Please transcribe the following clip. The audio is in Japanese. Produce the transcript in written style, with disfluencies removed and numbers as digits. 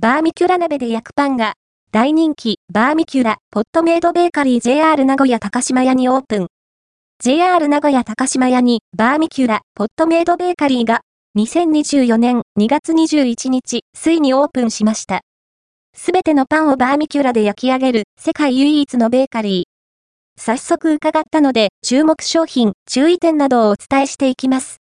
バーミキュラ鍋で焼くパンが、大人気、バーミキュラ、ポットメイドベーカリー JR 名古屋高島屋にオープン。JR 名古屋高島屋に、バーミキュラ、ポットメイドベーカリーが、2024年2月21日、ついにオープンしました。すべてのパンをバーミキュラで焼き上げる、世界唯一のベーカリー。早速伺ったので、注目商品、注意点などをお伝えしていきます。